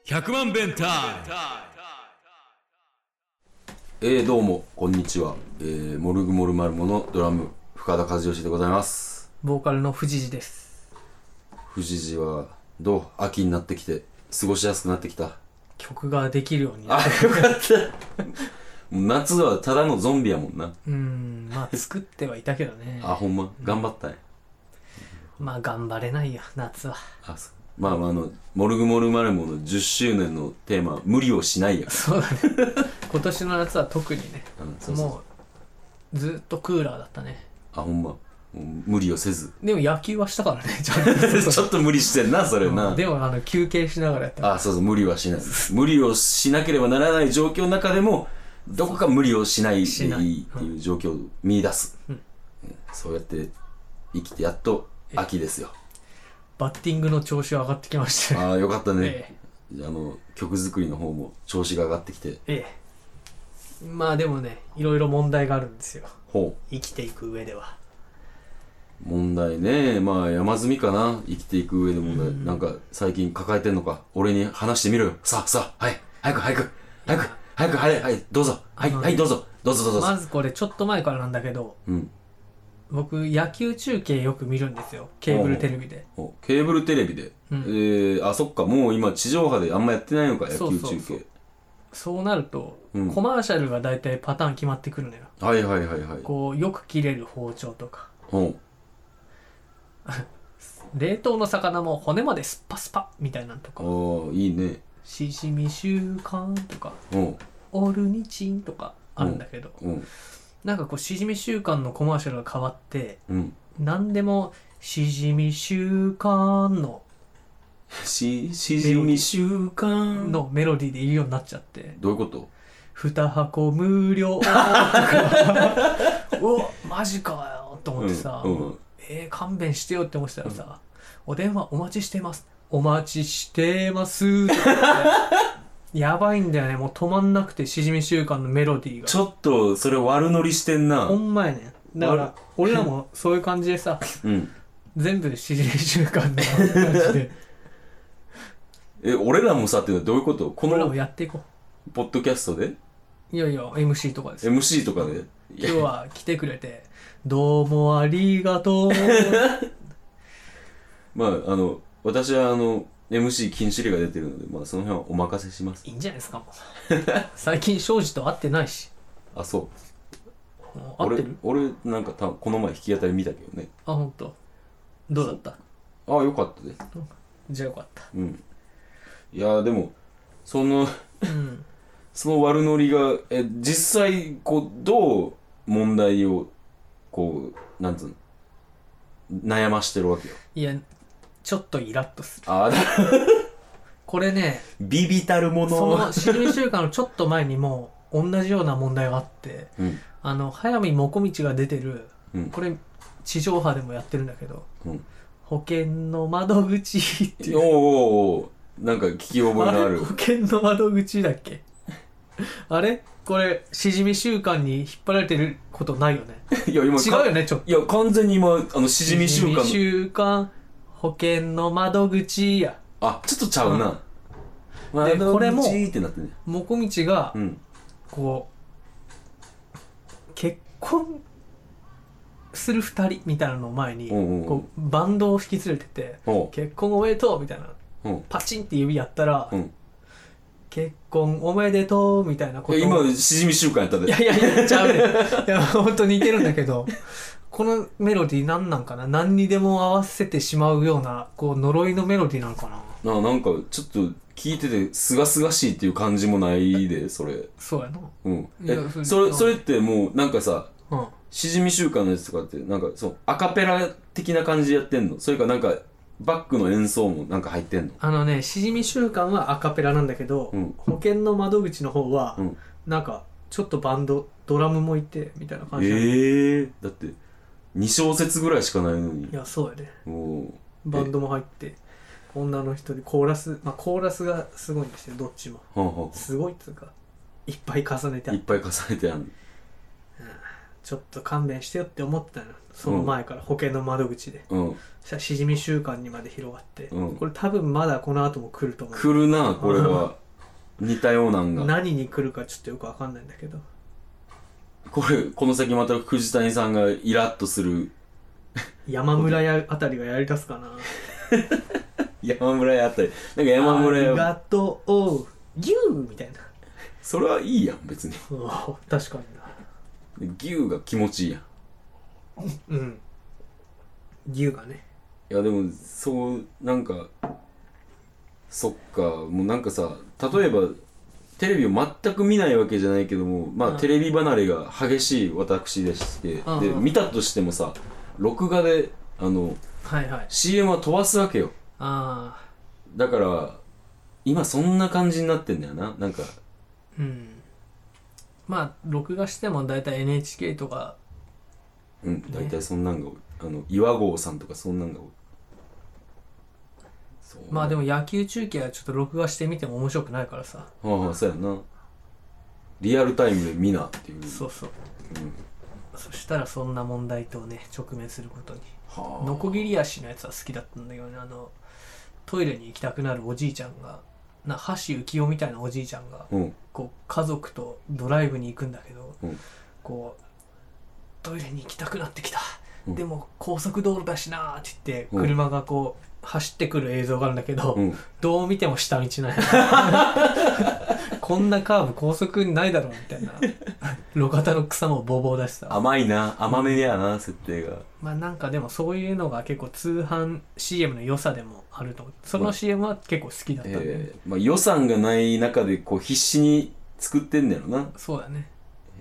100万弁タイム。どうもこんにちは、モルグモルマルモのドラム深田和義でございます。 ボーカルの藤次です。 藤次はどう？秋になってきて過ごしやすくなってきた？ 曲ができるようになあ、 ってよかった夏はただのゾンビやもんな。 まあ作ってはいたけどねあ、ほんま頑張ったね。 まあ頑張れないよ夏は。 あ、そう。まあモルグモルマルモの10周年のテーマは無理をしないや。 そうだね今年の夏は特にね、 そうそう。 もうずっとクーラーだったね。 あ、ほんまもう無理をせずでも野球はしたからねちゃんとちょっと無理してんなそれな。 でも休憩しながらやった。 あ、そうそう、無理はしない。無理をしなければならない状況の中でもどこか無理をしないでいいっていう状況を見出す、そうやって生きてやっと秋ですよ。 バッティングの調子は上がってきましたね。 ああ、よかったね、曲作りの方も調子が上がってきて。 まあでもね、いろいろ問題があるんですよ。 ほ生きていく上では。 問題ね。まあ山積みかな、生きていく上で問題。なんか最近抱えてんのか、俺に話してみろよ。さあはい、はいどうぞ、はいどうぞ。 まずこれちょっと前からなんだけど、僕野球中継よく見るんですよ、ケーブルテレビで。 ケーブルテレビで、あ、そっか、もう今地上波であんまやってないのか、野球中継。 そうなると、コマーシャルがだいたいパターン決まってくるのよ。 はいこうよく切れる包丁とか冷冷凍の魚も骨までスッパスパみたいなんとか、 いいね。 しじみ習慣とかオルニチンとかあるんだけど、なんかこうしじみ習慣のコマーシャルが変わって、なんでもしじみ習慣のしじみ習慣のメロディーで言うようになっちゃって。 どういうこと？ 2箱無料とかおマジかよと思ってさ、勘弁してよって思ってたらさ、お電話お待ちしてますお待ちしてますとかってやばいんだよね、もう止まんなくて、しじみ習慣のメロディーが。 ちょっとそれ悪乗りしてんな。 ほんまやねん。だから俺らもそういう感じでさ全部しじみ習慣の感じで俺らもさってどういうこと？こ俺らものやっていこポッドキャストで？ う。いや MC とかですよ。 MC とかで今日は来てくれてどうもありがとうまあ私はMC 禁止令が出てるので、まあその辺はお任せします。 いいんじゃないですかもう最近庄司と会ってないし。 あ、そう。 会ってる？ 俺なんかこの前弾き語り見たけどね。 あ、ほんと。どうだった？ あ、よかったです。 じゃあよかった。 いやでもそのその悪ノリが実際こうどう問題をこうなんつうの悩ましてるわけよ。 いやちょっとイラッとする。これね、 ビビたるもの。 そのしじみ習慣のちょっと前にも同じような問題があって、早見もこみちが出てる、これ地上波でもやってるんだけど、保険の窓口っていう。 なんか聞き覚えのある。 保険の窓口だっけあれこれしじみ習慣に引っ張られてることないよね。 いや今違うよねちょっと。 いや完全に今しじみ習慣のしじみ習慣保険の窓口や。 あ、ちょっとちゃうな。 でこれもってなってね、 もこみちがこう結婚する2人みたいなのを前にこうバンドを引き連れてて結婚おめでとうみたいなパチンって指やったら結婚おめでとうみたいなことを。 今しじみ習慣やったで。 いやちゃうねいやほんと似てるんだけどこのメロディー何なんかな、何にでも合わせてしまうようなこう呪いのメロディーなのかな。 なんかちょっと聞いててすがすがしいっていう感じもないでそれ。 そうやな。 それってもうなんかさ、しじみ習慣のやつとかってなんかそうアカペラ的な感じでやってんの？それかなんかバックの演奏もなんか入ってんの？ しじみ習慣はアカペラなんだけど、保険の窓口の方は、なんかちょっとバンドドラムもいてみたいな感じ。 だって2小節ぐらいしかないのに。 いやそうやで、バンドも入って女の人でコーラス、コーラスがすごいんですよどっちも。すごいっつうかいっぱい重ねてやんの。 ちょっと勘弁してよって思ってたの、その前から保険の窓口で、 うんそしたらしじみ習慣にまで広がって、 うんこれ多分まだこの後も来ると思う。 来るなこれは似たようなんが何に来るかちょっとよくわかんないんだけど、 この先また藤谷さんがイラッとする山村屋あたりがやりだすかな。 山村屋あったりなんか山村屋ありがとうギューみたいな。 それはいいやん別に確かにな。 牛が気持ちいいやんうん牛がね。 いやでもそうなんかそっかもうなんかさ例えばテレビを全く見ないわけじゃないけどもまあ、テレビ離れが激しい私でして、で見たとしてもさ録画ではいはい、 CM は飛ばすわけよ。 あだから今そんな感じになってんだよななんか。 まあ録画してもだいたい NHK とかだいたいそんなんが多い岩合さんとかそんなんが多い。そうまあでも野球中継はちょっと録画してみても面白くないからさ。 ああそうやなリアルタイムで見なっていう。 そうそう、そしたらそんな問題とね直面することに。 はあ、 ノコギリ足のやつは好きだったんだけどね、トイレに行きたくなるおじいちゃんが橋幸夫みたいなおじいちゃんが、こう家族とドライブに行くんだけど、こうトイレに行きたくなってきた、でも高速道路だしなーって言って車がこう走ってくる映像があるんだけど、どう見ても下道なんやこんなカーブ高速にないだろうみたいな路肩の草もボーボーだしさ。 甘いな甘めやな設定が。 まあなんかでもそういうのが結構通販 CM の良さでもあると思う。その CM は結構好きだったんで、ねまあ、予算がない中でこう必死に作ってんだよな。 そうだね。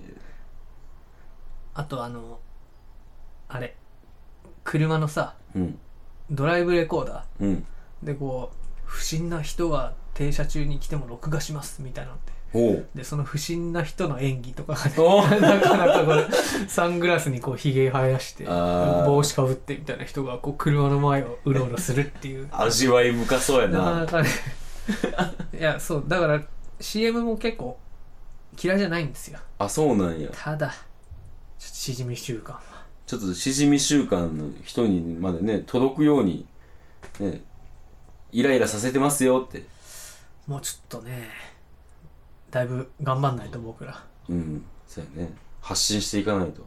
あとあれ車のさ、ドライブレコーダー、でこう不審な人が停車中に来ても録画しますみたいなのってでその不審な人の演技とかがねなかなかこれサングラスにこうひげ生やして帽子かぶってみたいな人がこう車の前をうろうろするっていう味わい深そうやな。 なかなかねいやそうだから CM も結構嫌いじゃないんですよ。 あそうなんや。 ただちょっとしじみ習慣はちょっとしじみ習慣の人にまでね届くようにねイライラさせてますよって。 もうちょっとねだいぶ頑張んないと僕ら。 そうやね発信していかないと。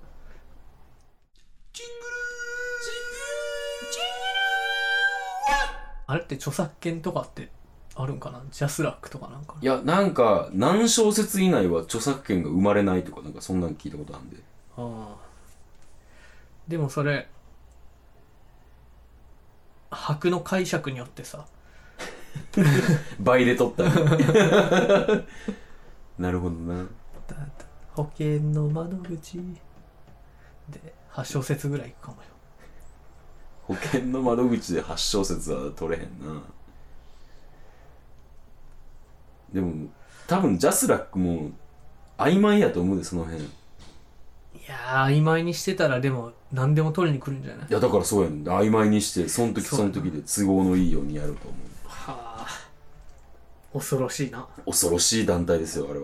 あれって著作権とかってあるんかな。ジャスラックとかなんか。 いやなんか何小節以内は著作権が生まれないとかなんかそんなの聞いたことあるんで。 でもそれ箔の解釈によってさ倍で取ったなるほどな。 保険の窓口で8小節ぐらいいくかもよ。 保険の窓口で8小節は取れへんな。でも多分ジャスラックも曖昧やと思うでその辺。 いやー曖昧にしてたらでも何でも取りに来るんじゃない。 いやだからそうやねん曖昧にしてその時その時で都合のいいようにやると思う。 はあ恐ろしいな。 恐ろしい団体ですよあれは。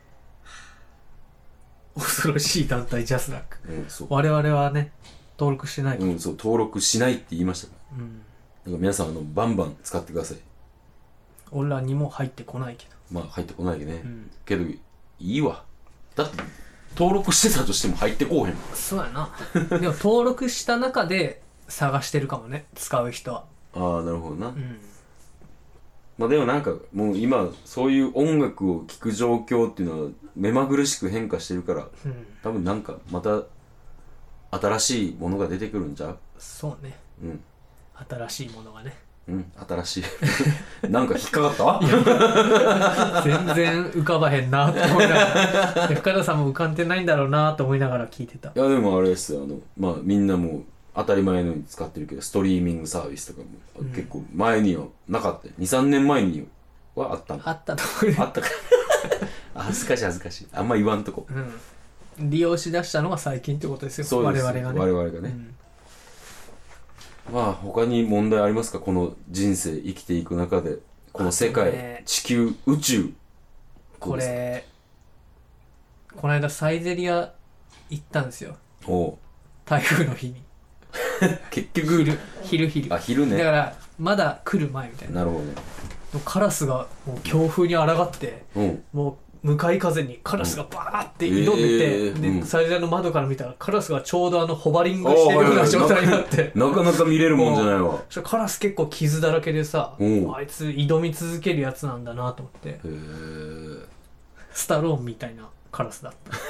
恐ろしい団体ジャスラック、 そう我々はね登録してないから、 そう登録しないって言いましたから、だから皆さんバンバン使ってください。 俺らにも入ってこないけど。 まあ入ってこないね、けどいいわ。だって登録してたとしても入ってこうへんもん。 そうやなでも登録した中で探してるかもね使う人は。 ああなるほどな、まあでもなんかもう今そういう音楽を聴く状況っていうのは目まぐるしく変化してるから、多分なんかまた新しいものが出てくるんちゃう。 そうね、新しいものがね。 新しいなんか引っかかった全然浮かばへんなって思いながら深田さんも浮かんでないんだろうなと思いながら聞いてた。 いやでもあれですよまあみんなもう当たり前のように使ってるけどストリーミングサービスとかも、結構前にはなかった。 2,3 年前にはあったの。 あったと思う。 あったか恥ずかしい恥ずかしいあんま言わんとこ、 利用しだしたのが最近ってことですよ。 そうです我々がね。 我々がね、まあ他に問題ありますか。この人生生きていく中でこの世界、地球宇宙。 これこの間サイゼリア行ったんですよ、 おう台風の日に。 結局昼あ昼ね。 だからまだ来る前みたいな。 なるほカラスがもう強風に抗ってど。うんもう向かい風にカラスがバーって挑んでて、で最大の窓から見たらカラスがちょうどホバリングしてるような状態になってなかなか見れるもんじゃないわ。 そしたらカラス結構傷だらけでさ、 うんあいつ挑み続けるやつなんだなと思って、 へえ。 スタローンみたいなカラスだった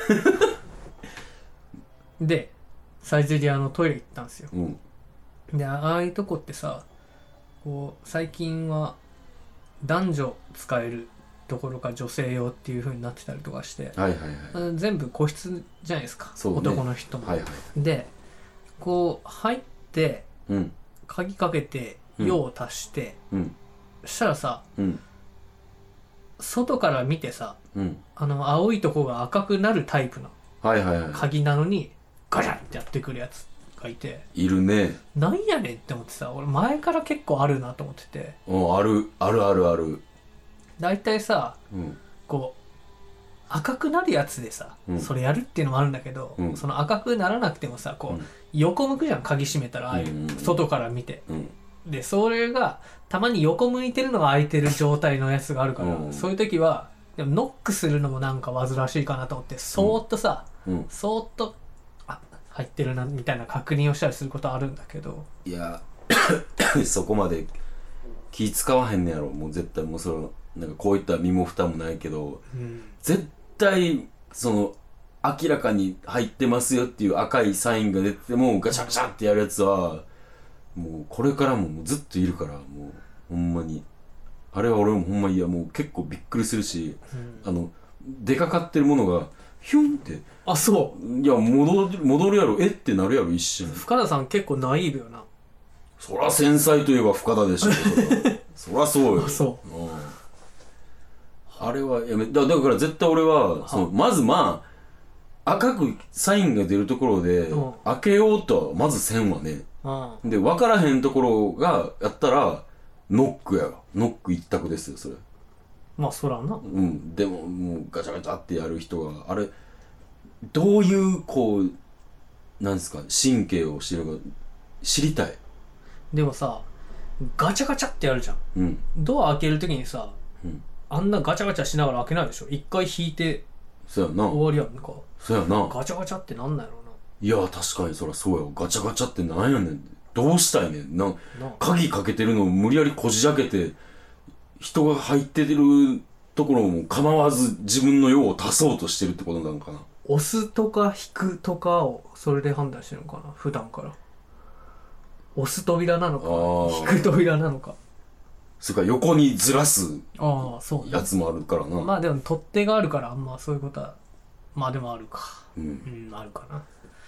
でサイゼリヤのトイレ行ったんですよ。 うんでああいうとこってさ、こう最近は男女使えるところか女性用っていう風になってたりとかして、 はいはいはい。 全部個室じゃないですか、 そうね男の人も、 はいはい。 でこう入ってうん鍵かけて用を足して、 うんそしたらさうん外から見てさ、 うん青いとこが赤くなるタイプのはいはいはい。 鍵なのにガチャってやってくるやつがいて、 いるね。 なんやねんって思ってさ、俺前から結構あるなと思ってて、 あるあるあるある。 だいたいさうんこう赤くなるやつでさ、 うんそれやるっていうのもあるんだけど、 うんその赤くならなくてもさこう、 うん横向くじゃん、鍵閉めたらああいう、 うんうんうん外から見て、 うんでそれがたまに横向いてるのが空いてる状態のやつがあるから、 うんそういう時はでもノックするのもなんか煩わしいかなと思ってそーっとさ、 うんそーっと入ってるなみたいな確認をしたりすることあるんだけど、 いやそこまで気使わへんねやろ。もう絶対もうそのなんかこういった身も蓋もないけど、絶対その明らかに入ってますよっていう赤いサインが出てもガチャガチャってやるやつはもうこれからもずっといるから、もうほんまにあれは俺もほんまいやもう結構びっくりするし、出かかってるものがヒュンってあ、そういや戻るやろ、えってなるやろ一瞬。 深田さん結構ナイーブよな。 そら繊細といえば深田でしょそらそうよ。 そう、 あれはやめだから絶対俺はそのまずまあ赤くサインが出るところで開けようとはまずせんわね。で分からへんところがやったらノックやわ。ノック一択ですよそれ。 まあそらな。 でももうガチャガチャってやる人があれどういうこうなんですか神経をしてるか知りたい。 でもさガチャガチャってやるじゃん、ドア開けるときにさ、あんなガチャガチャしながら開けないでしょ。一回引いてそうやな。 終わりやんか。 そうやな。 ガチャガチャってなんなんやろうな。 いや確かにそらそうや。ガチャガチャってなんやねん。どうしたいねん。鍵かけてるのを無理やりこじ開けて人が入ってるところも構わず自分の用を足そうとしてるってことなのかな。 押すとか引くとかをそれで判断してるのかな普段から。押す扉なのか引く扉なのか。 それから横にずらすそう、 やつもあるからな。 まあでも取っ手があるからあんまそういうことはまあでもあるか。あるかな。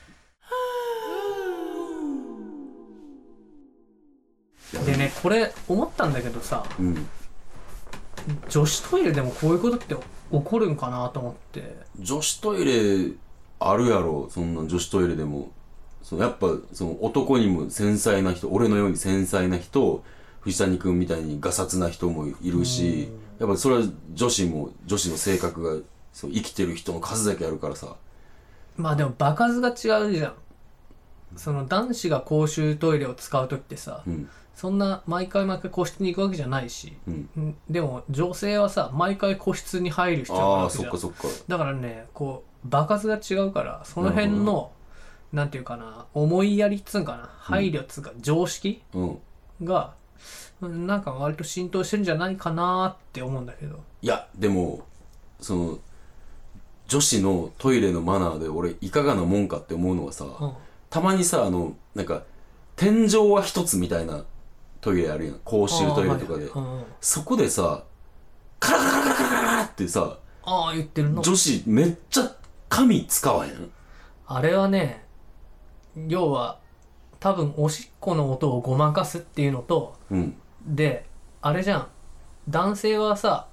でねこれ思ったんだけどさ、女子トイレでもこういうことって起こるんかなと思って。 女子トイレあるやろ。そんな女子トイレでもやっぱその男にも繊細な人、俺のように繊細な人、藤谷君みたいにガサツな人もいるし、やっぱそれは女子の性格が生きてる人の数だけあるからさ。 まあでも場数が違うじゃん。その男子が公衆トイレを使う時ってさ、そんな毎回個室に行くわけじゃないし、でも女性はさ毎回個室に入る必要があるわけじゃん。 そっかだからねこう場数が違うからその辺のなんていうかな思いやりっつうんかな、配慮っつうか常識、がなんか割と浸透してるんじゃないかなって思うんだけど。 いやでもその女子のトイレのマナーで俺いかがなもんかって思うのはさ、たまにさなんか天井は一つみたいなトイレあるやん、公衆トイレとかで、そこでさカラカラカラカラカラカラってさ言ってるの女子めっちゃ紙使わへん。 あれはね要は多分おしっこの音をごまかすっていうのと、であれじゃん男性はさ、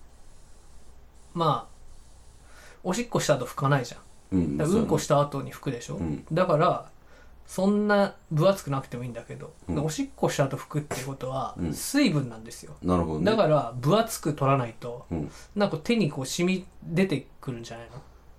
まあおしっこした後拭かないじゃん、うんこした後に拭くでしょ、だからそんな分厚くなくてもいいんだけど、おしっこした後拭くっていうことは水分なんですよ、 なるほどね。 だから分厚く取らないと、なんか手にこう染み出てくるんじゃないの。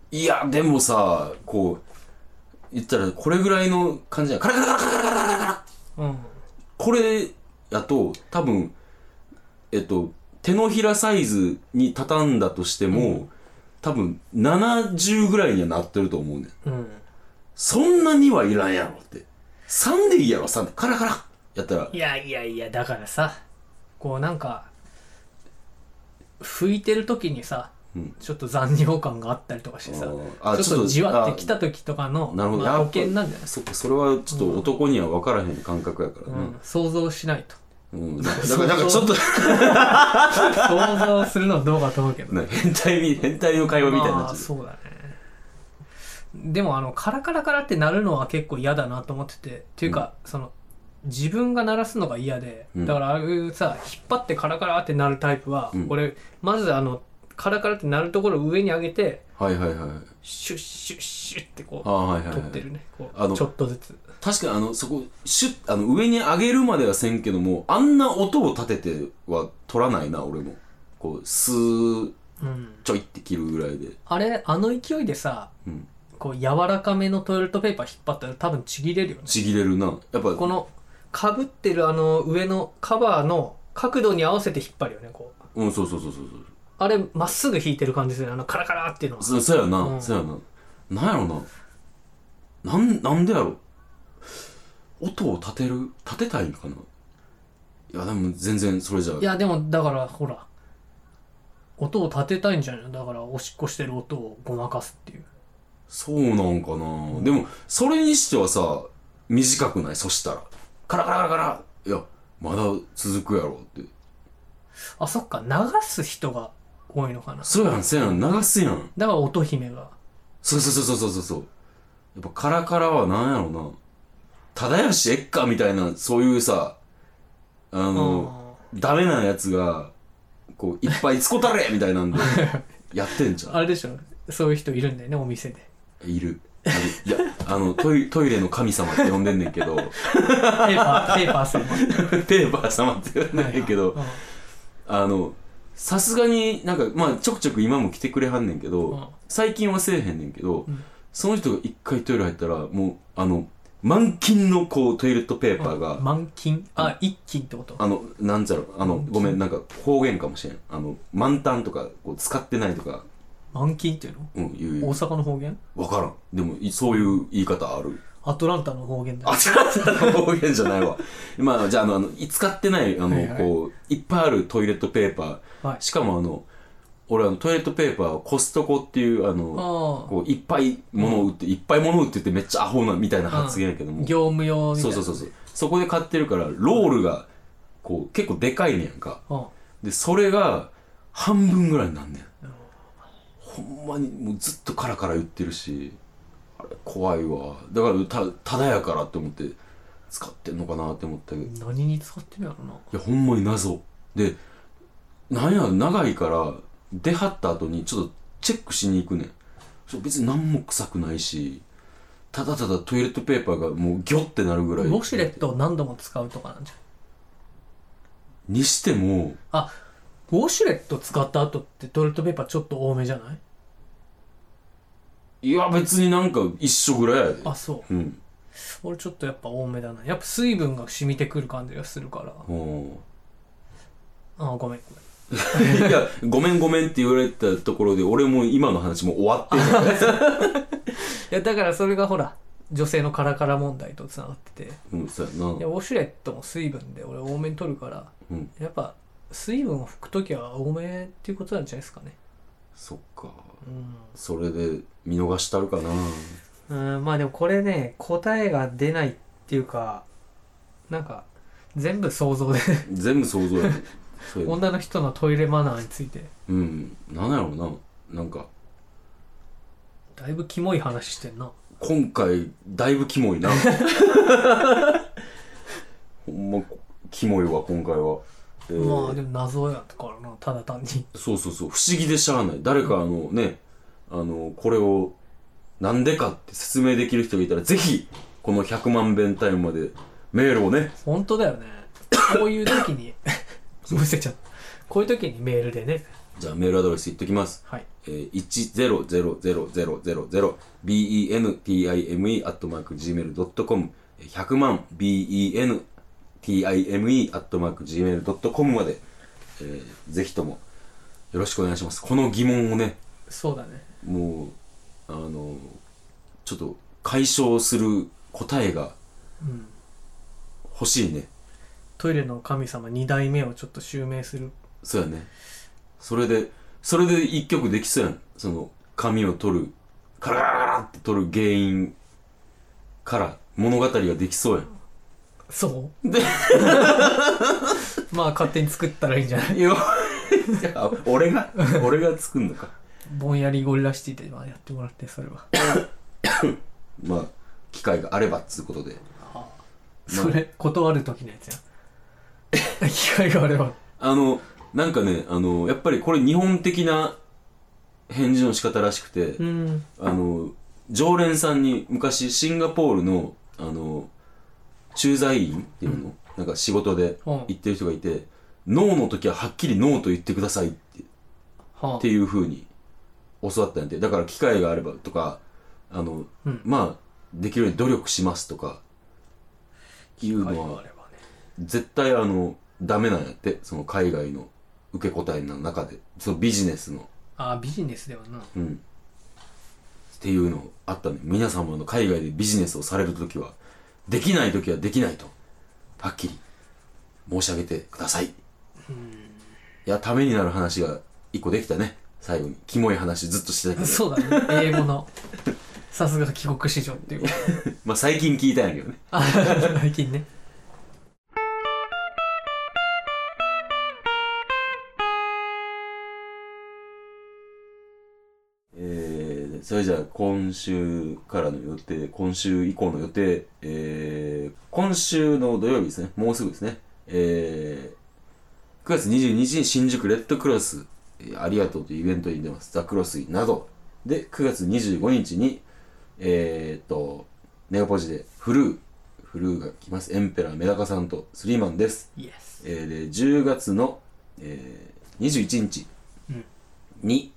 いやでもさこう言ったらこれぐらいの感じやカラカラカラカラカラカラカラ、うん、これやと多分手のひらサイズに畳んだとしても、うん、多分70ぐらいにはなってると思うねん、うん、そんなにはいらんやろって3でいいやろ3でカラカラやったらいやだからさこうなんか拭いてる時にさ、うん、ちょっと残尿感があったりとかしてさちょっとじわってきた時とかのなるほど、 保険なんじゃない？ それはちょっと男には分からへん感覚やからね、うん、 想像しないと、 うん、だからちょっと想像するのはどうかと思うけど、 ね、変態の会話みたいになっちゃう、 そうだね。でもカラカラカラってなるのは結構嫌だなと思っててっていうか、その自分が鳴らすのが嫌で、だからああいうさ引っ張ってカラカラってなるタイプは、俺まずカラカラってなるところを上に上げて、 はいはいはい、 シュッシュッシュッってこう、取ってるねこうちょっとずつ。 確かにそこシュッ上に上げるまではせんけどもあんな音を立てては取らないな俺もこうスーちょいって切るぐらいで、 あれ勢いでさ、こう柔らかめのトイレットペーパー引っ張ったら多分ちぎれるよね。 ちぎれるなやっぱこのかぶってる上のカバーの角度に合わせて引っ張るよねこう。うんそうあれまっすぐ引いてる感じですよねカラカラっていうのは。 そうやな、そうやな。なんやろな。なんでやろ。音を立てたいんかな。いやでも全然それじゃ。 いやでもだからほら音を立てたいんじゃないの。だからおしっこしてる音をごまかすっていう。 そうなんかな、でもそれにしてはさ短くない？そしたらカラカラカラカラいやまだ続くやろって。 あそっか流す人が多いのかな。 そうやん流すやん。 だから音姫がそうやっぱカラカラはなんやろな忠義えっかみたいなそういうさダメなやつがこういっぱいつこたれみたいなんでやってんじゃん。 あれでしょそういう人いるんだよねお店で。 いる。いやトイレの神様って呼んでんねんけどペーパー様って呼んでんねんけど、さすがになんかまあちょくちょく今も来てくれはんねんけど、最近はせえへんねんけど、その人が一回トイレ入ったらもう満金のこうトイレットペーパーが、 満金一金ってこと？ なんちゃろごめんなんか方言かもしれん満タンとかこう使ってないとか。 満金っていうの？言う大阪の方言？ 分からん。でもそういう言い方ある。 アトランタの方言だよ。 アトランタの方言じゃないわ。まあじゃあ使ってないこういっぱいあるトイレットペーパー、しかも俺トイレットペーパーはコストコっていうこういっぱい物を売って、いっぱい物を売っててめっちゃアホなみたいな発言やけども、 業務用みたいな。 そうそこで買ってるからロールがこう結構でかいねやんか。でそれが半分ぐらいになんねん。ほんまにもうずっとカラカラ言ってるし、あれ怖いわ。だからただやからって思って使ってんのかなって思ったけど、 何に使ってるんやろな。いやほんまに謎で、なんや長いから出はった後にちょっとチェックしに行くねん。別に何も臭くないし、ただただトイレットペーパーがもうギョってなるぐらい。 ウォシュレットを何度も使うとかなんじゃん。 にしてもウォシュレット使った後ってトイレットペーパーちょっと多めじゃない？ いや別になんか一緒ぐらいやで。 そう。俺ちょっとやっぱ多めだな。やっぱ水分が染みてくる感じがするから。ごめん。 いやごめんって言われたところで俺も今の話も終わってるからいやだからそれがほら女性のカラカラ問題とつながってて、 そうやな。 いやウォシュレットも水分で俺多めに取るから、やっぱ水分を拭くときは多めっていうことなんじゃないですかね。 そっか、それで見逃したるかな。 まあでもこれね答えが出ないっていうかなんか全部想像で全部想像やね女の人のトイレマナーについてなんやろうな、なんかだいぶキモい話してんな今回。だいぶキモいなほんまキモいわ今回は。 まあでも謎やったからな、ただ単に。 そう不思議でしゃあない。誰かこれをなんでかって説明できる人がいたらぜひこの100万遍タイムまでメールをね。 本当だよね。こういう時にむせちゃった。こういう時にメールでねじゃあメールアドレス言っときます。 はい。 100000bentime@gmail.com 100万 bentime@gmail.com まで、ぜひともよろしくお願いします。この疑問をね、 そうだね。 もうちょっと解消する答えが欲しいね。 トイレの神様2代目をちょっと襲名する。 そうやね。それで一曲できそうやん。その髪を取るカラカラカラって取る原因から物語ができそうやん。 そうでまあ勝手に作ったらいいんじゃない？ いや俺が作んのか。 ぼんやりゴリラシティでやってもらって、それはまあ機会があればっつうことで、 それ断る時のやつや機会があればなんかね、やっぱりこれ日本的な返事の仕方らしくて、常連さんに昔シンガポールの駐在員っていうの、なんか仕事で行ってる人がいて、ノーの時ははっきりノーと言ってくださいっていう風に教わったんで、だから機会があればとか、まあできるように努力しますとかいうのは絶対ダメなんやって。その海外の受け答えの中で、そのビジネスのビジネスではなっていうのあったね。皆様の海外でビジネスをされるときは、できないときはできないとはっきり申し上げてください。いや、ためになる話が一個できたね。最後にキモい話ずっとしてたけど。 そうだね、英語のさすが帰国子女っていうまあ最近聞いたんやけどね。 最近ね。 それじゃあ今週からの予定、今週以降の予定、今週の土曜日ですね、もうすぐですね、9月22日に新宿レッドクロス、ありがとうというイベントに出ます。ザ・クロスイなど。で、9月25日に、ネガポジでフルーが来ます。エンペラーメダカさんとスリーマンです。 で、 10月の、21日に、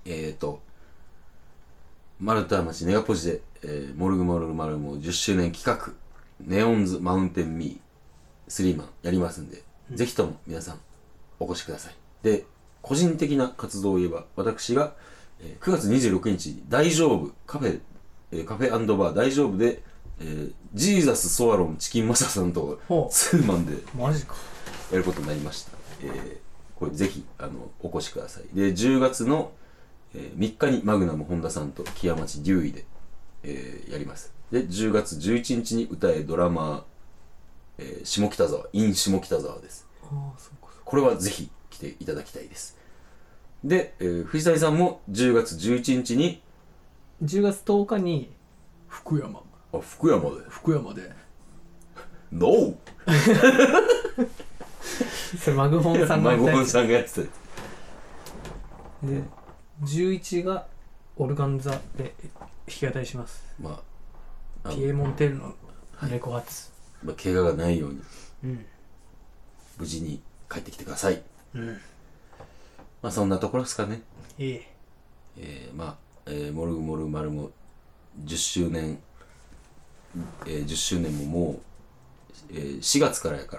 マルタ町ネガポジで、モルグモルグマルモ10周年企画、ネオンズマウンテンミー、スリーマンやりますんで、ぜひとも皆さんお越しください。で、個人的な活動を言えば、私が、9月26日に大丈夫、カフェバー大丈夫で、ジーザス・ソアロン・チキンマサさんとツーマンでマジかやることになりました。これぜひお越しください。で、10月の3日にマグナム本田さんと木屋町デューイで、やります。で、10月11日に歌えドラマー、下北沢 in 下北沢です。これはぜひ来ていただきたいです。で、藤谷さんも10月11日に 10月10日に福山でノーそれマグホンさんがやってた。 で11がオルガン座で弾き語りします。ピエモンテールのレコ発、 怪我がないように、無事に帰ってきてください。そんなところですかね。モルグモルマルも10周年、10周年ももう、4月からやから、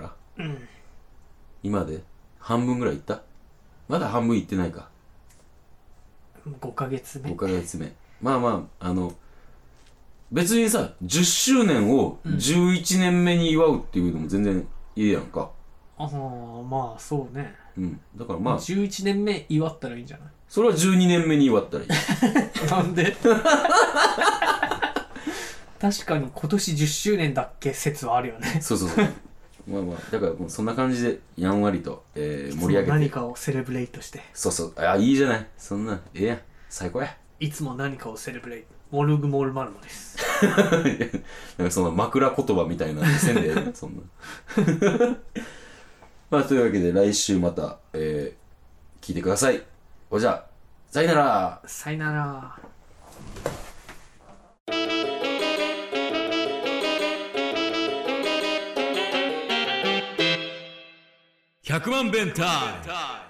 今で半分ぐらいいった？まだ半分いってないか。 5ヶ月目。 別にさ、10周年を11年目に祝うっていうのも全然いいやんか。 まあそうね。 だから 11年目祝ったらいいんじゃない？ それは12年目に祝ったらいい。 なんで確かに今年10周年だっけ説はあるよね。 そうだからもうそんな感じでやんわりと、盛り上げて何かをセレブレイトして。 いいじゃない。そんなやん、最高や。 いつも何かをセレブレイト。モルグモルマルモですなんかその枕言葉みたいなせんでそんなというわけで来週また、聞いてください。じゃあさよなら。 さよなら。 100万弁タイム。